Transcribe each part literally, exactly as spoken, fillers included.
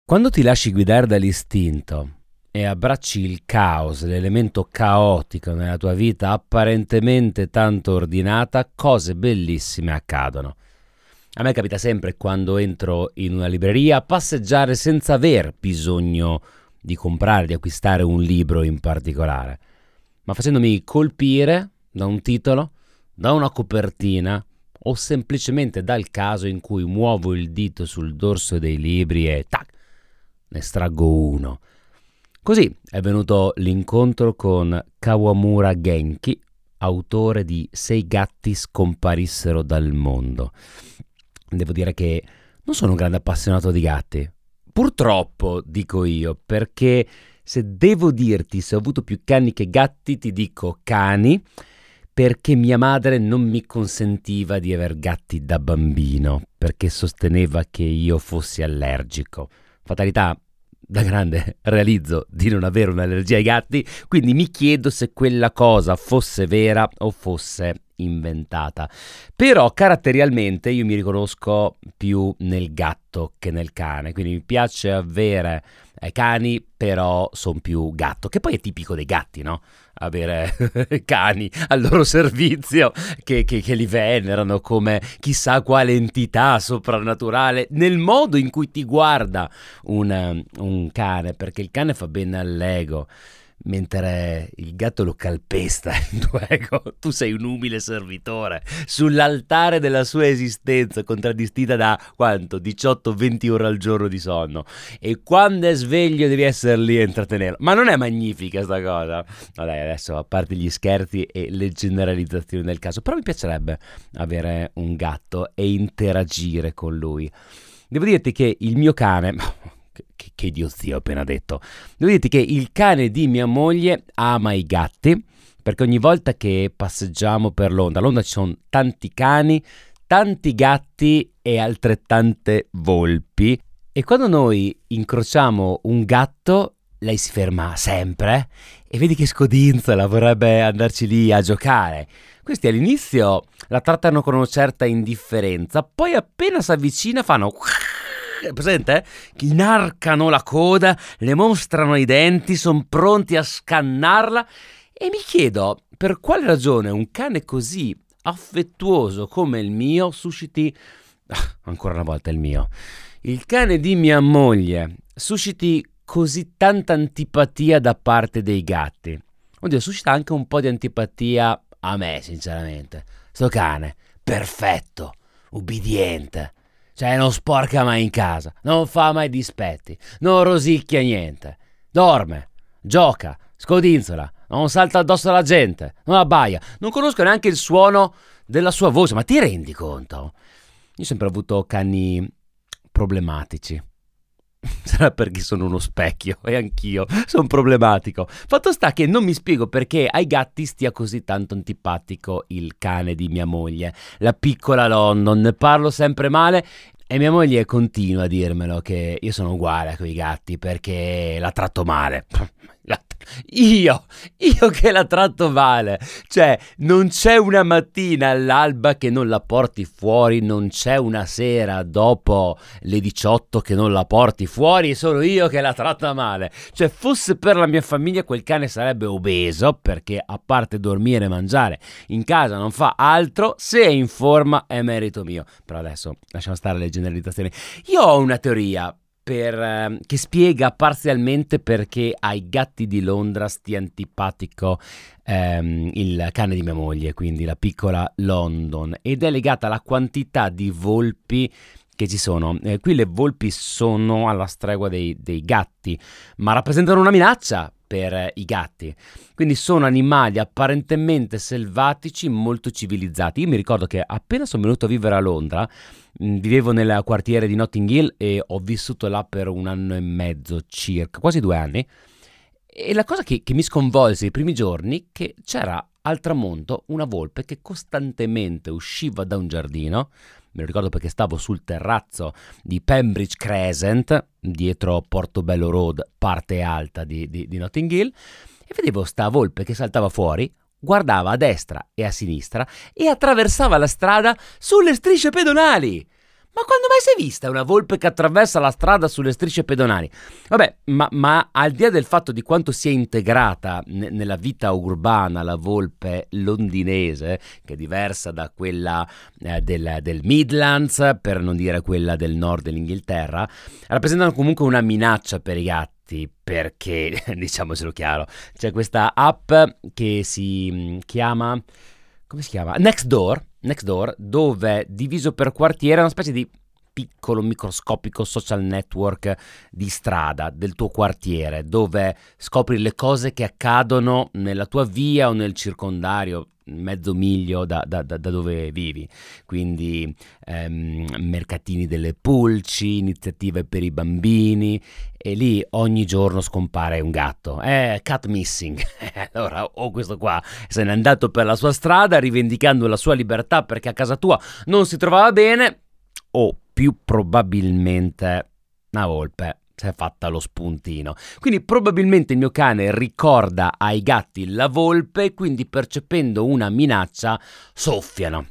Quando ti lasci guidare dall'istinto e abbracci il caos, l'elemento caotico nella tua vita apparentemente tanto ordinata, cose bellissime accadono. A me capita sempre quando entro in una libreria a passeggiare senza aver bisogno di comprare, di acquistare un libro in particolare, ma facendomi colpire da un titolo, da una copertina o semplicemente dal caso in cui muovo il dito sul dorso dei libri e tac, ne estraggo uno. Così è venuto l'incontro con Kawamura Genki, autore di Se i gatti scomparissero dal mondo. Devo dire che non sono un grande appassionato di gatti. Purtroppo, dico io, perché se devo dirti se ho avuto più cani che gatti, ti dico cani, perché mia madre non mi consentiva di aver gatti da bambino, perché sosteneva che io fossi allergico. Fatalità, da grande realizzo di non avere un'allergia ai gatti, quindi mi chiedo se quella cosa fosse vera o fosse inventata. Però caratterialmente io mi riconosco più nel gatto che nel cane, quindi mi piace avere eh, cani, però sono più gatto, che poi è tipico dei gatti, no? Avere cani al loro servizio che, che, che li venerano come chissà quale entità soprannaturale, nel modo in cui ti guarda un, un cane, perché il cane fa bene all'ego, mentre il gatto lo calpesta il tuo ego. Tu sei un umile servitore sull'altare della sua esistenza, contraddistinta da quanto? diciotto venti ore al giorno di sonno, e quando è sveglio devi essere lì a intrattenerlo. Ma non è magnifica sta cosa? Vabbè, adesso a parte gli scherzi e le generalizzazioni del caso, però mi piacerebbe avere un gatto e interagire con lui. Devo dirti che il mio cane, Che, che idiozia ho appena detto. Devo dirti che il cane di mia moglie ama i gatti, perché ogni volta che passeggiamo per Londra, a Londra ci sono tanti cani, tanti gatti e altrettante volpi, e quando noi incrociamo un gatto lei si ferma sempre e vedi che scodinzola, vorrebbe andarci lì a giocare. Questi all'inizio la trattano con una certa indifferenza, poi appena si avvicina fanno... presente? Inarcano la coda, le mostrano i denti, sono pronti a scannarla, e mi chiedo per quale ragione un cane così affettuoso come il mio susciti, ah, ancora una volta il mio, il cane di mia moglie susciti così tanta antipatia da parte dei gatti. Oddio, suscita anche un po' di antipatia a me, sinceramente. Sto cane, perfetto, ubbidiente. Cioè non sporca mai in casa, non fa mai dispetti, non rosicchia niente, dorme, gioca, scodinzola, non salta addosso alla gente, non abbaia, non conosco neanche il suono della sua voce, ma ti rendi conto? Io ho sempre avuto cani problematici. Sarà perché sono uno specchio e anch'io sono problematico. Fatto sta che non mi spiego perché ai gatti stia così tanto antipatico il cane di mia moglie, la piccola London. Ne parlo sempre male e mia moglie continua a dirmelo che io sono uguale a quei gatti perché la tratto male. Io, io che la tratto male, cioè non c'è una mattina all'alba che non la porti fuori, non c'è una sera dopo le diciotto che non la porti fuori, sono io che la tratta male. Cioè fosse per la mia famiglia quel cane sarebbe obeso, perché a parte dormire e mangiare in casa non fa altro, se è in forma è merito mio. Però adesso lasciamo stare le generalizzazioni. Io ho una teoria Per, eh, che spiega parzialmente perché ai gatti di Londra stia antipatico ehm, il cane di mia moglie, quindi la piccola London, ed è legata alla quantità di volpi che ci sono. Eh, qui le volpi sono alla stregua dei, dei gatti, ma rappresentano una minaccia per eh, i gatti. Quindi sono animali apparentemente selvatici, molto civilizzati. Io mi ricordo che appena sono venuto a vivere a Londra, mh, vivevo nel quartiere di Notting Hill e ho vissuto là per un anno e mezzo circa, quasi due anni. E la cosa che, che mi sconvolse i primi giorni, che c'era al tramonto una volpe che costantemente usciva da un giardino. Me lo ricordo perché stavo sul terrazzo di Pembridge Crescent, dietro Portobello Road, parte alta di, di, di Notting Hill, e vedevo sta volpe che saltava fuori, guardava a destra e a sinistra e attraversava la strada sulle strisce pedonali. Ma quando mai si è vista una volpe che attraversa la strada sulle strisce pedonali? Vabbè, ma, ma al di là del fatto di quanto sia integrata ne- nella vita urbana la volpe londinese, che è diversa da quella eh, del, del Midlands, per non dire quella del nord dell'Inghilterra, rappresentano comunque una minaccia per i gatti. Perché, diciamocelo chiaro, c'è questa app che si chiama... come si chiama? Nextdoor, Nextdoor, dove diviso per quartiere è una specie di piccolo microscopico social network di strada del tuo quartiere, dove scopri le cose che accadono nella tua via o nel circondario, mezzo miglio da, da, da, da dove vivi. Quindi ehm, mercatini delle pulci, iniziative per i bambini, e lì ogni giorno scompare un gatto. Eh, cat missing. Allora, o questo qua se n'è andato per la sua strada rivendicando la sua libertà perché a casa tua non si trovava bene, o più probabilmente una volpe si è fatta lo spuntino. Quindi probabilmente il mio cane ricorda ai gatti la volpe e quindi percependo una minaccia soffiano.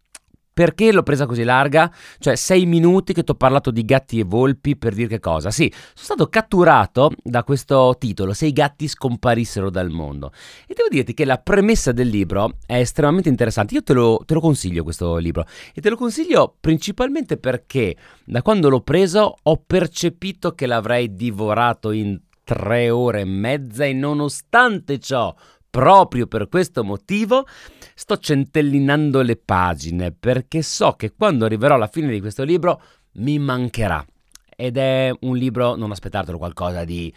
Perché l'ho presa così larga? Cioè sei minuti che ti ho parlato di gatti e volpi per dire che cosa? Sì, sono stato catturato da questo titolo, se i gatti scomparissero dal mondo. E devo dirti che la premessa del libro è estremamente interessante. Io te lo, te lo consiglio questo libro, e te lo consiglio principalmente perché da quando l'ho preso ho percepito che l'avrei divorato in tre ore e mezza, e nonostante ciò, proprio per questo motivo, sto centellinando le pagine, perché so che quando arriverò alla fine di questo libro mi mancherà. Ed è un libro, non aspettatelo qualcosa di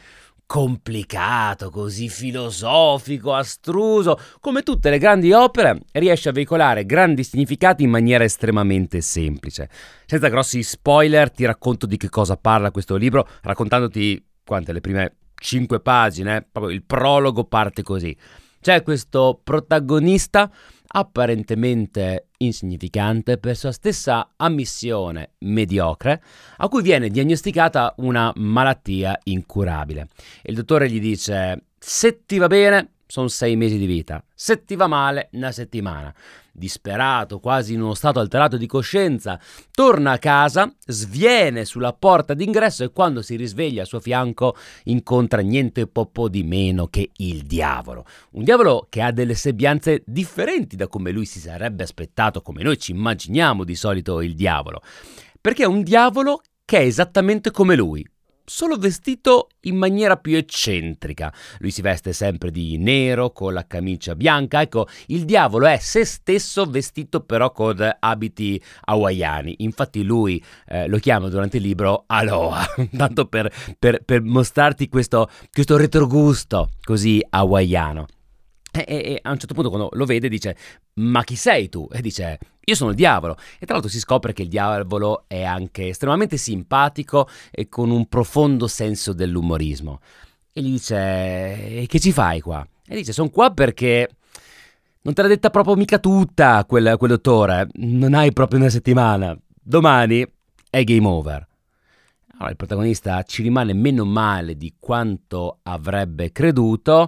complicato, così filosofico, astruso. Come tutte le grandi opere, riesce a veicolare grandi significati in maniera estremamente semplice. Senza grossi spoiler, ti racconto di che cosa parla questo libro, raccontandoti quante le prime cinque pagine, eh? Proprio il prologo parte così. C'è questo protagonista apparentemente insignificante per sua stessa ammissione mediocre, a cui viene diagnosticata una malattia incurabile. Il dottore gli dice: se ti va bene sono sei mesi di vita, se ti va male una settimana. Disperato, quasi in uno stato alterato di coscienza, torna a casa, sviene sulla porta d'ingresso e quando si risveglia al suo fianco incontra niente po' po' di meno che il diavolo. Un diavolo che ha delle sembianze differenti da come lui si sarebbe aspettato, come noi ci immaginiamo di solito il diavolo. Perché è un diavolo che è esattamente come lui, solo vestito in maniera più eccentrica. Lui si veste sempre di nero con la camicia bianca. Ecco, il diavolo è se stesso vestito però con abiti hawaiani. Infatti lui eh, lo chiama durante il libro Aloha, tanto per, per, per mostrarti questo, questo retrogusto così hawaiano. E, e, e a un certo punto quando lo vede dice: ma chi sei tu? E dice: io sono il diavolo. E tra l'altro si scopre che il diavolo è anche estremamente simpatico e con un profondo senso dell'umorismo. E gli dice: e che ci fai qua? E dice: sono qua perché non te l'ha detta proprio mica tutta quel, quel dottore. Non hai proprio una settimana. Domani è game over. Allora il protagonista ci rimane meno male di quanto avrebbe creduto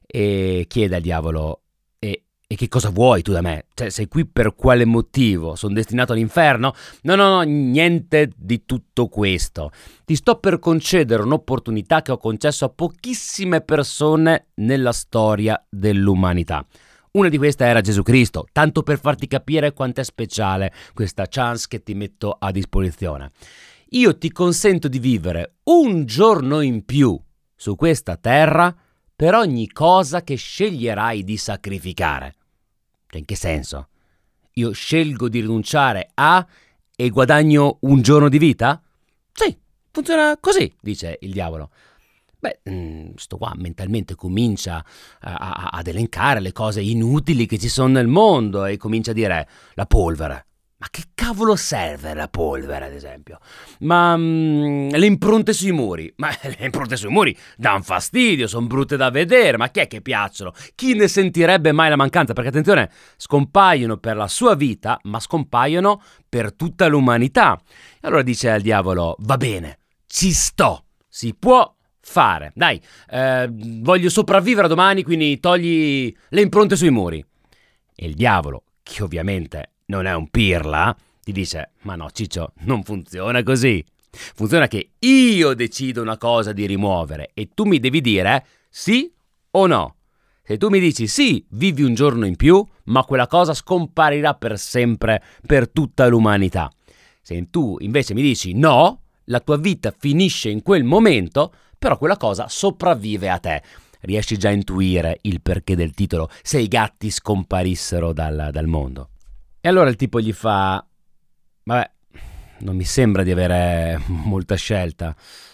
e chiede al diavolo: e, e che cosa vuoi tu da me? Cioè, sei qui per quale motivo? Sono destinato all'inferno? No, no, no, niente di tutto questo. Ti sto per concedere un'opportunità che ho concesso a pochissime persone nella storia dell'umanità. Una di queste era Gesù Cristo, tanto per farti capire quanto è speciale questa chance che ti metto a disposizione. Io ti consento di vivere un giorno in più su questa terra per ogni cosa che sceglierai di sacrificare. Cioè, in che senso? Io scelgo di rinunciare a e guadagno un giorno di vita? Sì, funziona così, dice il diavolo. Beh, sto qua mentalmente comincia a, a, ad elencare le cose inutili che ci sono nel mondo e comincia a dire: la polvere. Ma che cavolo serve la polvere, ad esempio? Ma mm, le impronte sui muri? Ma le impronte sui muri danno fastidio, sono brutte da vedere, ma chi è che piacciono? Chi ne sentirebbe mai la mancanza? Perché attenzione, scompaiono per la sua vita, ma scompaiono per tutta l'umanità. E allora dice al diavolo: va bene, ci sto, si può fare. Dai, eh, voglio sopravvivere domani, quindi togli le impronte sui muri. E il diavolo, che ovviamente non è un pirla, ti dice: ma no Ciccio, non funziona così. Funziona che io decido una cosa di rimuovere e tu mi devi dire sì o no. Se tu mi dici sì, vivi un giorno in più, ma quella cosa scomparirà per sempre, per tutta l'umanità. Se tu invece mi dici no, la tua vita finisce in quel momento, però quella cosa sopravvive a te. Riesci già a intuire il perché del titolo, se i gatti scomparissero dal, dal mondo. E allora il tipo gli fa: vabbè, non mi sembra di avere molta scelta.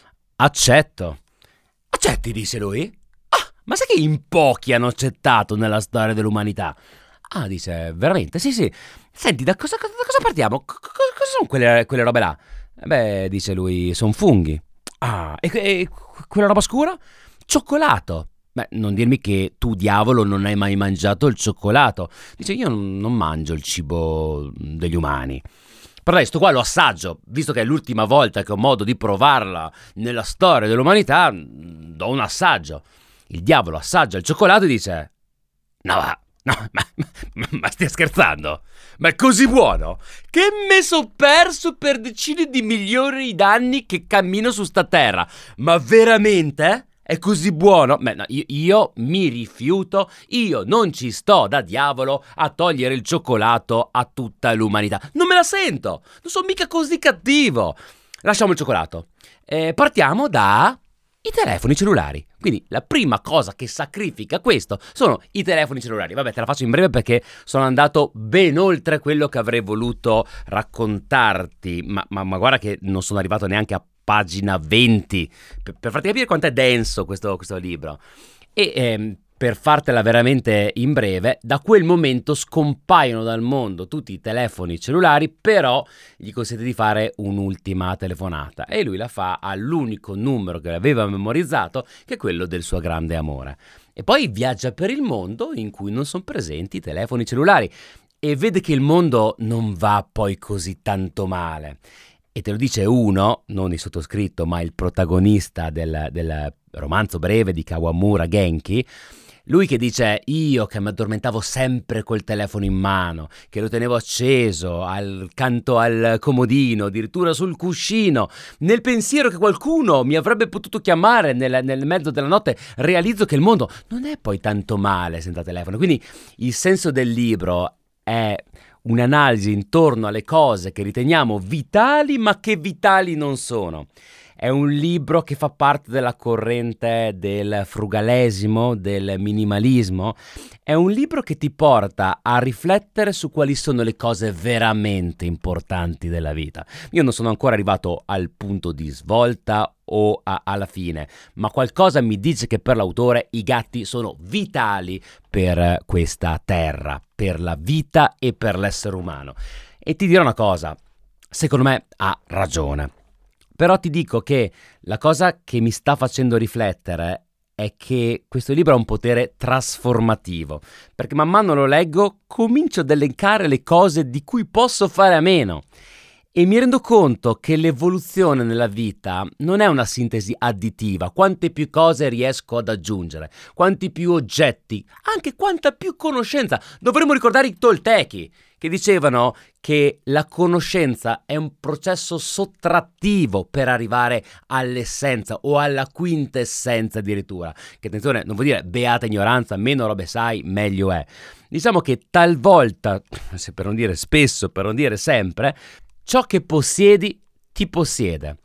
Accetto. Accetti, dice lui? Ah, ma sai che in pochi hanno accettato nella storia dell'umanità? Ah, dice, veramente? Sì, sì. Senti, da cosa, da cosa partiamo? C- cosa sono quelle, quelle robe là? Beh, dice lui, sono funghi. Ah, e, e quella roba scura? Cioccolato. Beh, non dirmi che tu, diavolo, non hai mai mangiato il cioccolato. Dice, io non, non mangio il cibo degli umani. Però dai, sto qua lo assaggio, visto che è l'ultima volta che ho modo di provarla nella storia dell'umanità, do un assaggio. Il diavolo assaggia il cioccolato e dice: no, ma, no, ma, ma, ma stai scherzando? Ma è così buono che me so perso per decine di milioni d'anni che cammino su sta terra. Ma veramente? È così buono? Beh, no, io, io mi rifiuto, io non ci sto da diavolo a togliere il cioccolato a tutta l'umanità. Non me la sento, non sono mica così cattivo. Lasciamo il cioccolato. Eh, partiamo da i telefoni cellulari. Quindi la prima cosa che sacrifica questo sono i telefoni cellulari. Vabbè, te la faccio in breve perché sono andato ben oltre quello che avrei voluto raccontarti. Ma, ma, ma guarda che non sono arrivato neanche a pagina venti per, per farti capire quanto è denso questo, questo libro. E ehm, per fartela veramente in breve, da quel momento scompaiono dal mondo tutti i telefoni cellulari, però gli consente di fare un'ultima telefonata e lui la fa all'unico numero che aveva memorizzato, che è quello del suo grande amore. E poi viaggia per il mondo in cui non sono presenti i telefoni cellulari e vede che il mondo non va poi così tanto male. E te lo dice uno, non il sottoscritto, ma il protagonista del, del romanzo breve di Kawamura Genki. Lui che dice: io che mi addormentavo sempre col telefono in mano, che lo tenevo acceso accanto al comodino, addirittura sul cuscino, nel pensiero che qualcuno mi avrebbe potuto chiamare nel, nel mezzo della notte, realizzo che il mondo non è poi tanto male senza telefono. Quindi il senso del libro è un'analisi intorno alle cose che riteniamo vitali ma che vitali non sono. È un libro che fa parte della corrente del frugalesimo, del minimalismo. È un libro che ti porta a riflettere su quali sono le cose veramente importanti della vita. Io non sono ancora arrivato al punto di svolta o a, alla fine, ma qualcosa mi dice che per l'autore i gatti sono vitali per questa terra, per la vita e per l'essere umano. E ti dirò una cosa, secondo me ha ragione. Però ti dico che la cosa che mi sta facendo riflettere è che questo libro ha un potere trasformativo, perché man mano lo leggo comincio ad elencare le cose di cui posso fare a meno e mi rendo conto che l'evoluzione nella vita non è una sintesi additiva. Quante più cose riesco ad aggiungere, quanti più oggetti, anche quanta più conoscenza. Dovremmo ricordare i Toltechi, che dicevano che la conoscenza è un processo sottrattivo per arrivare all'essenza o alla quintessenza addirittura. Che attenzione, non vuol dire beata ignoranza, meno robe sai, meglio è. Diciamo che talvolta, se per non dire spesso, per non dire sempre, ciò che possiedi ti possiede.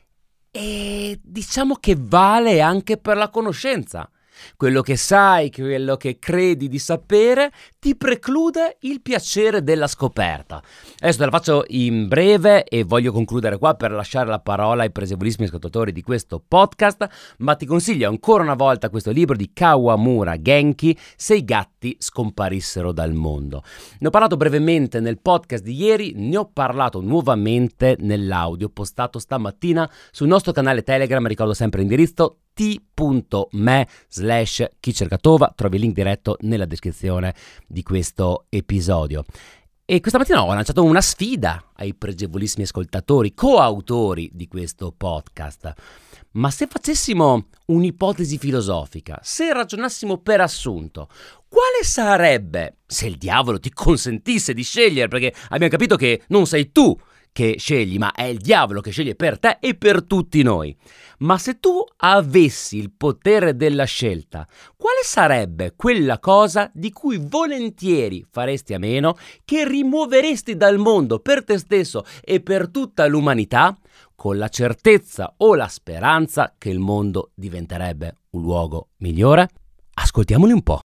E diciamo che vale anche per la conoscenza. Quello che sai, quello che credi di sapere, ti preclude il piacere della scoperta. Adesso te la faccio in breve e voglio concludere qua per lasciare la parola ai presevolissimi ascoltatori di questo podcast, ma ti consiglio ancora una volta questo libro di Kawamura Genki, Se i gatti scomparissero dal mondo. Ne ho parlato brevemente nel podcast di ieri, ne ho parlato nuovamente nell'audio postato stamattina sul nostro canale Telegram, ricordo sempre l'indirizzo t.me slash chi cerca tova, trovi il link diretto nella descrizione di questo episodio. E questa mattina ho lanciato una sfida ai pregevolissimi ascoltatori, coautori di questo podcast. Ma se facessimo un'ipotesi filosofica, se ragionassimo per assunto, quale sarebbe, se il diavolo ti consentisse di scegliere, perché abbiamo capito che non sei tu che scegli, ma è il diavolo che sceglie per te e per tutti noi. Ma se tu avessi il potere della scelta, quale sarebbe quella cosa di cui volentieri faresti a meno, che rimuoveresti dal mondo per te stesso e per tutta l'umanità, con la certezza o la speranza che il mondo diventerebbe un luogo migliore? Ascoltiamoli un po'.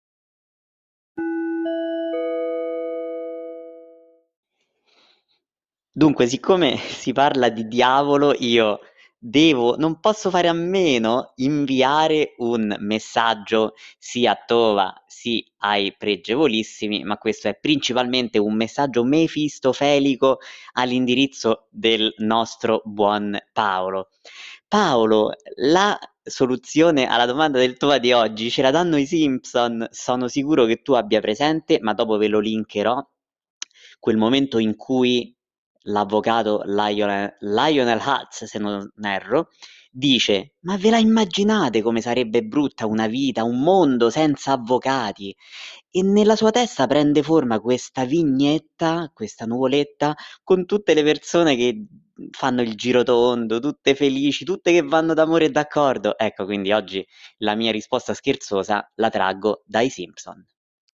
Dunque, siccome si parla di diavolo, io devo, non posso fare a meno inviare un messaggio sia a Tova sia ai pregevolissimi, ma questo è principalmente un messaggio mefistofelico all'indirizzo del nostro buon Paolo. Paolo, la soluzione alla domanda del Tova di oggi ce la danno i Simpson, sono sicuro che tu abbia presente, ma dopo ve lo linkerò, quel momento in cui l'avvocato Lionel, Lionel Hutz, se non erro, dice: ma ve la immaginate come sarebbe brutta una vita, un mondo senza avvocati? E nella sua testa prende forma questa vignetta, questa nuvoletta, con tutte le persone che fanno il girotondo, tutte felici, tutte che vanno d'amore e d'accordo. Ecco, quindi oggi la mia risposta scherzosa la traggo dai Simpson.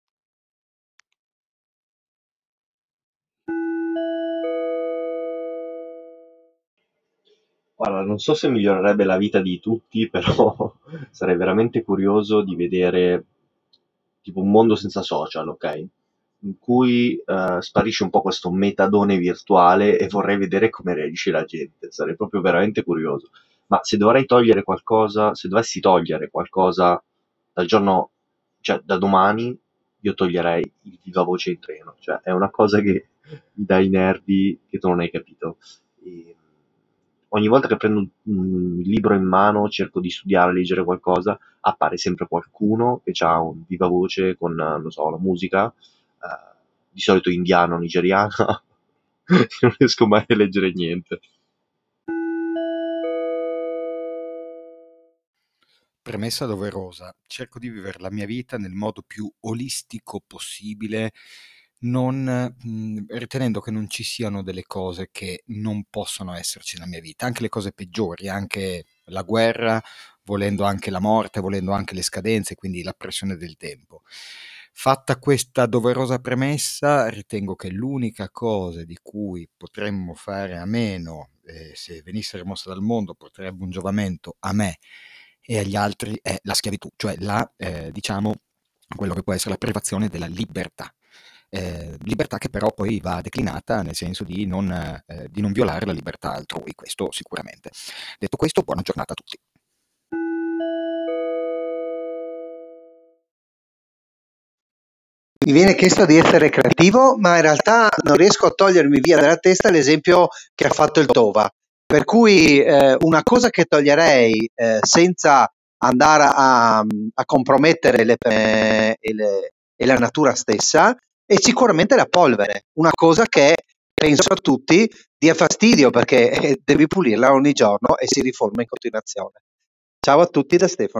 Guarda, non so se migliorerebbe la vita di tutti, però sarei veramente curioso di vedere tipo un mondo senza social, ok? In cui eh, sparisce un po' questo metadone virtuale e vorrei vedere come reagisce la gente. Sarei proprio veramente curioso. Ma se dovrei togliere qualcosa, se dovessi togliere qualcosa dal giorno, cioè da domani, io toglierei il viva voce in treno. Cioè, è una cosa che mi dà i nervi che tu non hai capito. E ogni volta che prendo un, un libro in mano, cerco di studiare, leggere qualcosa, appare sempre qualcuno che ha un viva voce con, eh, non so, la musica, eh, di solito indiana o nigeriana, non riesco mai a leggere niente. Premessa doverosa: cerco di vivere la mia vita nel modo più olistico possibile, non mh, ritenendo che non ci siano delle cose che non possono esserci nella mia vita, anche le cose peggiori, anche la guerra, volendo anche la morte, volendo anche le scadenze, quindi la pressione del tempo. Fatta questa doverosa premessa, ritengo che l'unica cosa di cui potremmo fare a meno, eh, se venisse rimossa dal mondo, porterebbe un giovamento a me e agli altri, è la schiavitù, cioè la, eh, diciamo, quello che può essere la privazione della libertà. Eh, libertà che però poi va declinata nel senso di non, eh, di non violare la libertà altrui, questo sicuramente. Detto questo, buona giornata a tutti. Mi viene chiesto di essere creativo, ma in realtà non riesco a togliermi via dalla testa l'esempio che ha fatto il Tova. Per cui eh, una cosa che toglierei eh, senza andare a, a compromettere le, eh, e, le- e la natura stessa è sicuramente la polvere. Una cosa che penso a tutti dia fastidio perché eh, devi pulirla ogni giorno e si riforma in continuazione. Ciao a tutti da Stefano.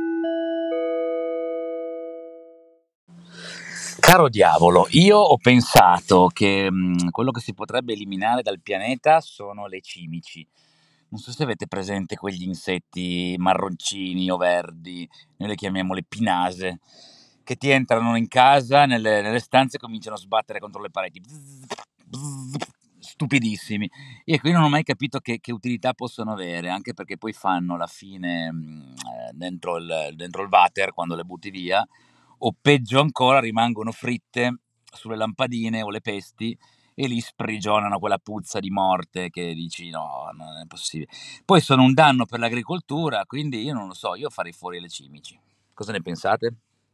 Caro diavolo, io ho pensato che mh, quello che si potrebbe eliminare dal pianeta sono le cimici. Non so se avete presente quegli insetti marroncini o verdi, noi le chiamiamo le pinase, che ti entrano in casa, nelle, nelle stanze e cominciano a sbattere contro le pareti. Bzz, bzz, stupidissimi. Io qui non ho mai capito che, che utilità possono avere, anche perché poi fanno la fine mh, eh, dentro il, dentro il water quando le butti via, o peggio ancora rimangono fritte sulle lampadine o le pesti e lì sprigionano quella puzza di morte che dici no, non è possibile. Poi sono un danno per l'agricoltura, quindi io non lo so, io farei fuori le cimici. Cosa ne pensate?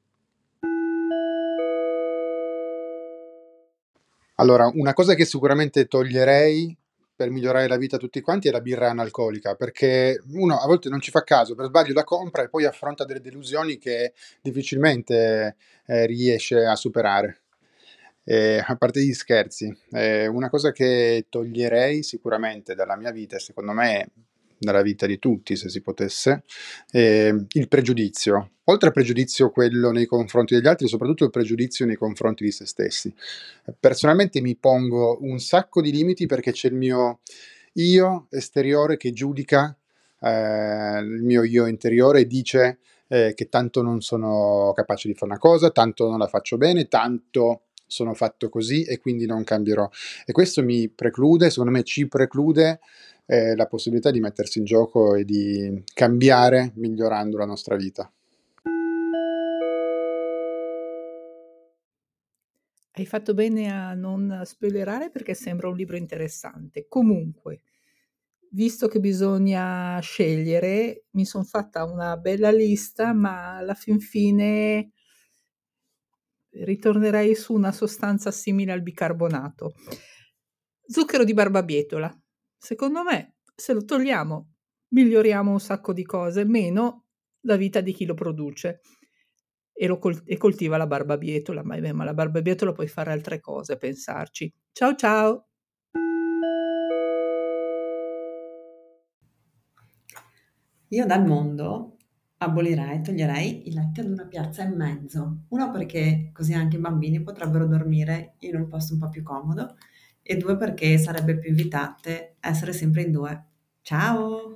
Allora, una cosa che sicuramente toglierei per migliorare la vita a tutti quanti è la birra analcolica, perché uno a volte non ci fa caso, per sbaglio la compra e poi affronta delle delusioni che difficilmente eh, riesce a superare. Eh, a parte gli scherzi, eh, una cosa che toglierei sicuramente dalla mia vita, e secondo me dalla vita di tutti, se si potesse, è il pregiudizio. Oltre al pregiudizio quello nei confronti degli altri, soprattutto il pregiudizio nei confronti di se stessi. Personalmente mi pongo un sacco di limiti perché c'è il mio io esteriore che giudica eh, il mio io interiore e dice eh, che tanto non sono capace di fare una cosa, tanto non la faccio bene, tanto sono fatto così e quindi non cambierò. E questo mi preclude, secondo me ci preclude eh, la possibilità di mettersi in gioco e di cambiare migliorando la nostra vita. Hai fatto bene a non spoilerare perché sembra un libro interessante. Comunque, visto che bisogna scegliere, mi son fatta una bella lista, ma alla fin fine ritornerei su una sostanza simile al bicarbonato. Zucchero di barbabietola. Secondo me, se lo togliamo, miglioriamo un sacco di cose, meno la vita di chi lo produce e, lo col- e coltiva la barbabietola. Ma, ma la barbabietola puoi fare altre cose, pensarci. Ciao ciao! Io dal mondo abolirei, toglierei i letti ad una piazza e mezzo. Uno perché così anche i bambini potrebbero dormire in un posto un po' più comodo e due perché sarebbe più evitante essere sempre in due. Ciao!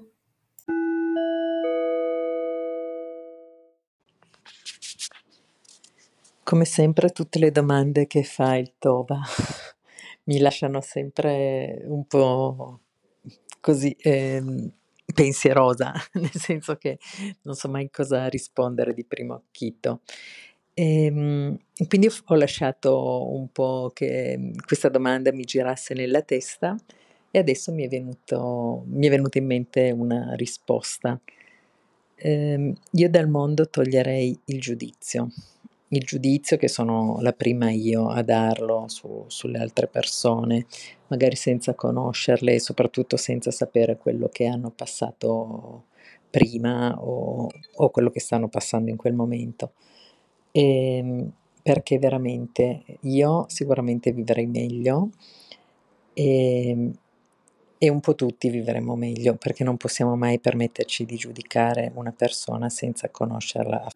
Come sempre tutte le domande che fa il Tova mi lasciano sempre un po' così ehm, pensierosa, nel senso che non so mai cosa rispondere di primo acchito. Ehm, quindi ho ho lasciato un po' che questa domanda mi girasse nella testa e adesso mi è venuto, mi è venuta in mente una risposta. Ehm, io dal mondo toglierei il giudizio. Il giudizio che sono la prima io a darlo su, sulle altre persone, magari senza conoscerle e soprattutto senza sapere quello che hanno passato prima o, o quello che stanno passando in quel momento. E, perché veramente io sicuramente vivrei meglio e, e un po' tutti vivremo meglio perché non possiamo mai permetterci di giudicare una persona senza conoscerla.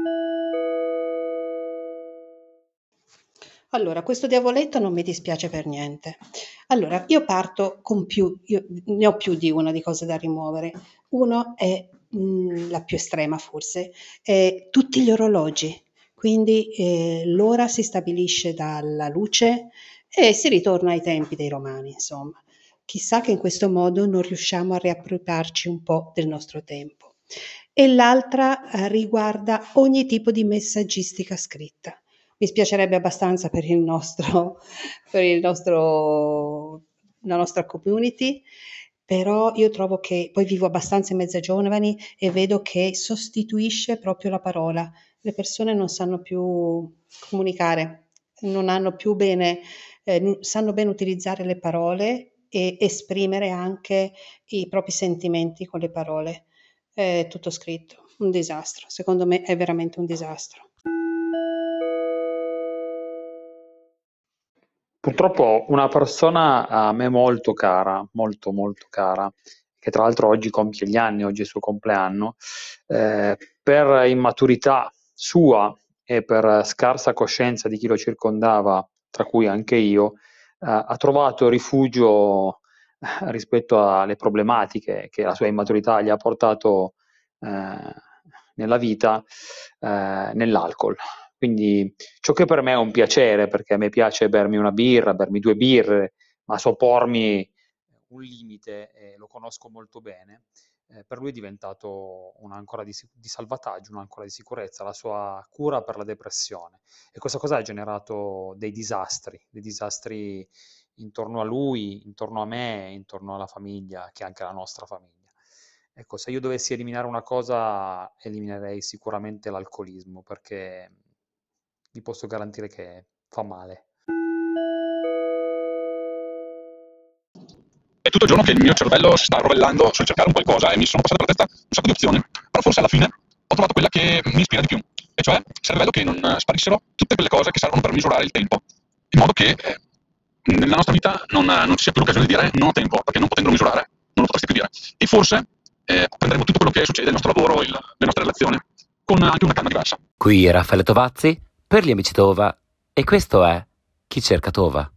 Allora, questo diavoletto non mi dispiace per niente. Allora, io parto con più, io ne ho più di una di cose da rimuovere. Uno è mh, la più estrema forse, è tutti gli orologi. Quindi eh, l'ora si stabilisce dalla luce e si ritorna ai tempi dei romani, insomma. Chissà che in questo modo non riusciamo a riappropriarci un po' del nostro tempo. E l'altra eh, riguarda ogni tipo di messaggistica scritta. Mi spiacerebbe abbastanza per il nostro, per il nostro, la nostra community, però io trovo che poi vivo abbastanza in mezzo ai giovani e vedo che sostituisce proprio la parola. Le persone non sanno più comunicare, non hanno più bene, eh, sanno bene utilizzare le parole e esprimere anche i propri sentimenti con le parole. È tutto scritto, un disastro. Secondo me è veramente un disastro. Purtroppo una persona a me molto cara, molto molto cara, che tra l'altro oggi compie gli anni, oggi è il suo compleanno, eh, per immaturità sua e per scarsa coscienza di chi lo circondava, tra cui anche io, eh, ha trovato rifugio eh, rispetto alle problematiche che la sua immaturità gli ha portato eh, nella vita, eh, nell'alcol. Quindi ciò che per me è un piacere, perché a me piace bermi una birra, bermi due birre, ma so pormi un limite e lo conosco molto bene, eh, per lui è diventato un'ancora di, di salvataggio, un'ancora di sicurezza, la sua cura per la depressione. E questa cosa ha generato dei disastri, dei disastri intorno a lui, intorno a me, intorno alla famiglia, che è anche la nostra famiglia. Ecco, se io dovessi eliminare una cosa, eliminerei sicuramente l'alcolismo, perché vi posso garantire che fa male. È tutto il giorno che il mio cervello si sta rovellando sul cercare un qualcosa e mi sono passate per la testa un sacco di opzioni, però forse alla fine ho trovato quella che mi ispira di più, e cioè sarebbe bello che non sparissero tutte quelle cose che servono per misurare il tempo. in modo che eh, nella nostra vita non, non ci sia più l'occasione di dire non ho tempo, perché non potendolo misurare non lo potresti più dire. E forse eh, prenderemo tutto quello che succede nel nostro lavoro, il, le nostre relazioni, con anche una calma diversa. Qui Raffaele Tovazzi per gli amici Tova e questo è Chi cerca Tova.